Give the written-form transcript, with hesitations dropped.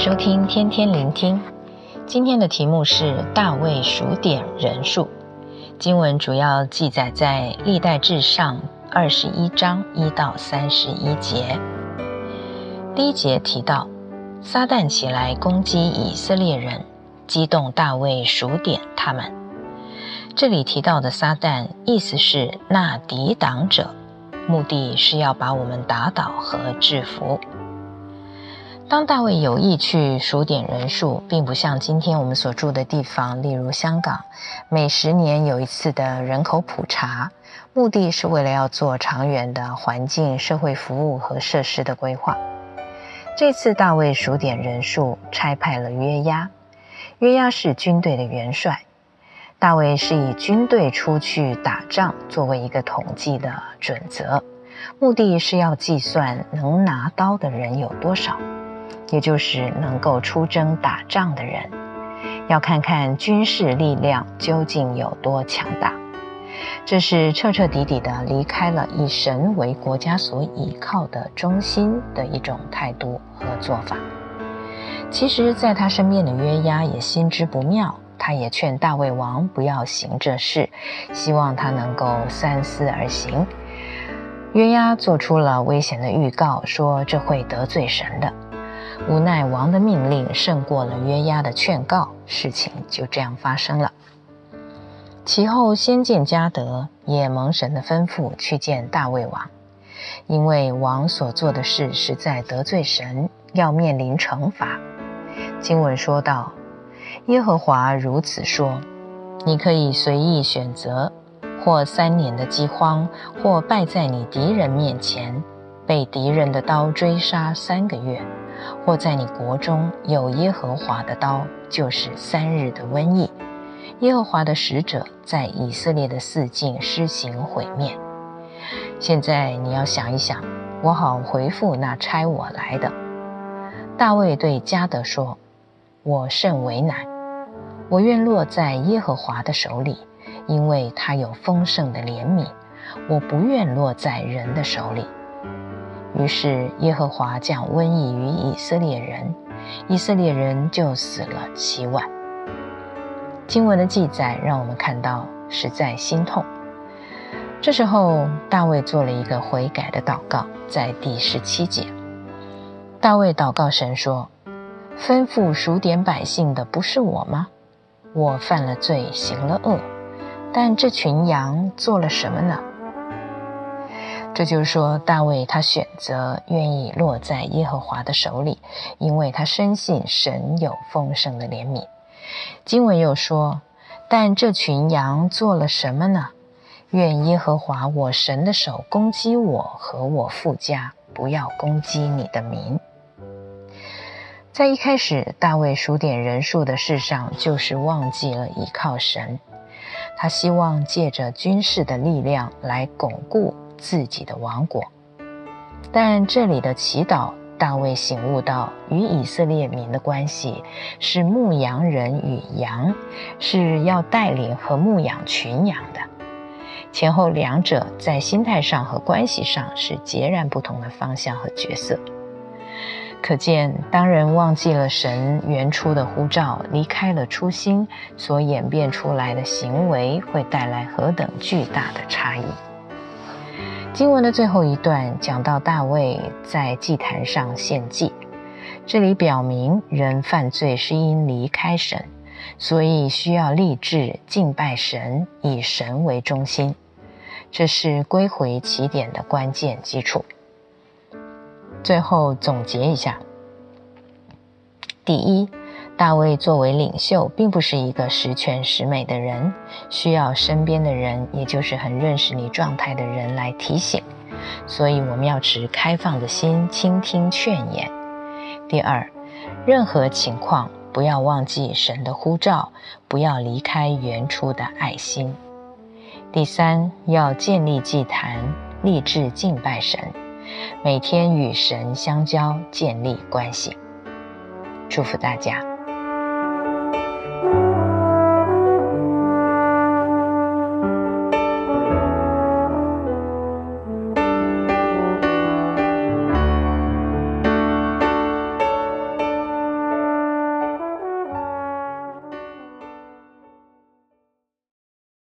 收听天天聆听。今天的题目是大卫数点人数。经文主要记载在历代志上21章1到31节。第一节提到撒旦起来攻击以色列人，激动大卫数点他们。这里提到的撒旦意思是那抵挡者，目的是要把我们打倒和制服。当大卫有意去数点人数，并不像今天我们所住的地方，例如香港，每10年有一次的人口普查，目的是为了要做长远的环境、社会服务和设施的规划。这次大卫数点人数，差派了约押。约押是军队的元帅，大卫是以军队出去打仗作为一个统计的准则，目的是要计算能拿刀的人有多少，也就是能够出征打仗的人，要看看军事力量究竟有多强大。这是彻彻底底的离开了以神为国家所倚靠的中心的一种态度和做法。其实在他身边的约押也心知不妙，他也劝大卫王不要行这事，希望他能够三思而行。约押做出了危险的预告，说这会得罪神的。无奈王的命令胜过了约押的劝告，事情就这样发生了。其后先见迦得也蒙神的吩咐去见大卫王，因为王所做的事实在得罪神，要面临惩罚。经文说道，耶和华如此说，你可以随意选择，或3年的饥荒，或败在你敌人面前，被敌人的刀追杀3个月，或在你国中有耶和华的刀，就是3日的瘟疫。耶和华的使者在以色列的四境施行毁灭。现在你要想一想，我好回复那差我来的。大卫对迦得说，我甚为难，我愿落在耶和华的手里，因为他有丰盛的怜悯，我不愿落在人的手里。于是耶和华降瘟疫于以色列人，以色列人就死了7万。经文的记载让我们看到实在心痛。这时候大卫做了一个悔改的祷告，在第17节，大卫祷告神说，吩咐数点百姓的不是我吗？我犯了罪，行了恶，但这群羊做了什么呢？这就是说，大卫他选择愿意落在耶和华的手里，因为他深信神有丰盛的怜悯。经文又说，但这群羊做了什么呢？愿耶和华我神的手攻击我和我父家，不要攻击你的民。在一开始大卫数点人数的事上，就是忘记了依靠神，他希望借着军事的力量来巩固自己的王国。但这里的祈祷，大卫醒悟到与以色列民的关系是牧羊人与羊，是要带领和牧养群羊的。前后两者在心态上和关系上是截然不同的方向和角色。可见当人忘记了神原初的呼召，离开了初心，所演变出来的行为会带来何等巨大的差异。经文的最后一段讲到大卫在祭坛上献祭，这里表明人犯罪是因离开神，所以需要立志敬拜神，以神为中心，这是归回起点的关键基础。最后总结一下，第一，大卫作为领袖并不是一个十全十美的人，需要身边的人，也就是很认识你状态的人来提醒，所以我们要持开放的心，倾听劝言。第二，任何情况不要忘记神的呼召，不要离开原初的爱心。第三，要建立祭坛，立志敬拜神，每天与神相交，建立关系。祝福大家。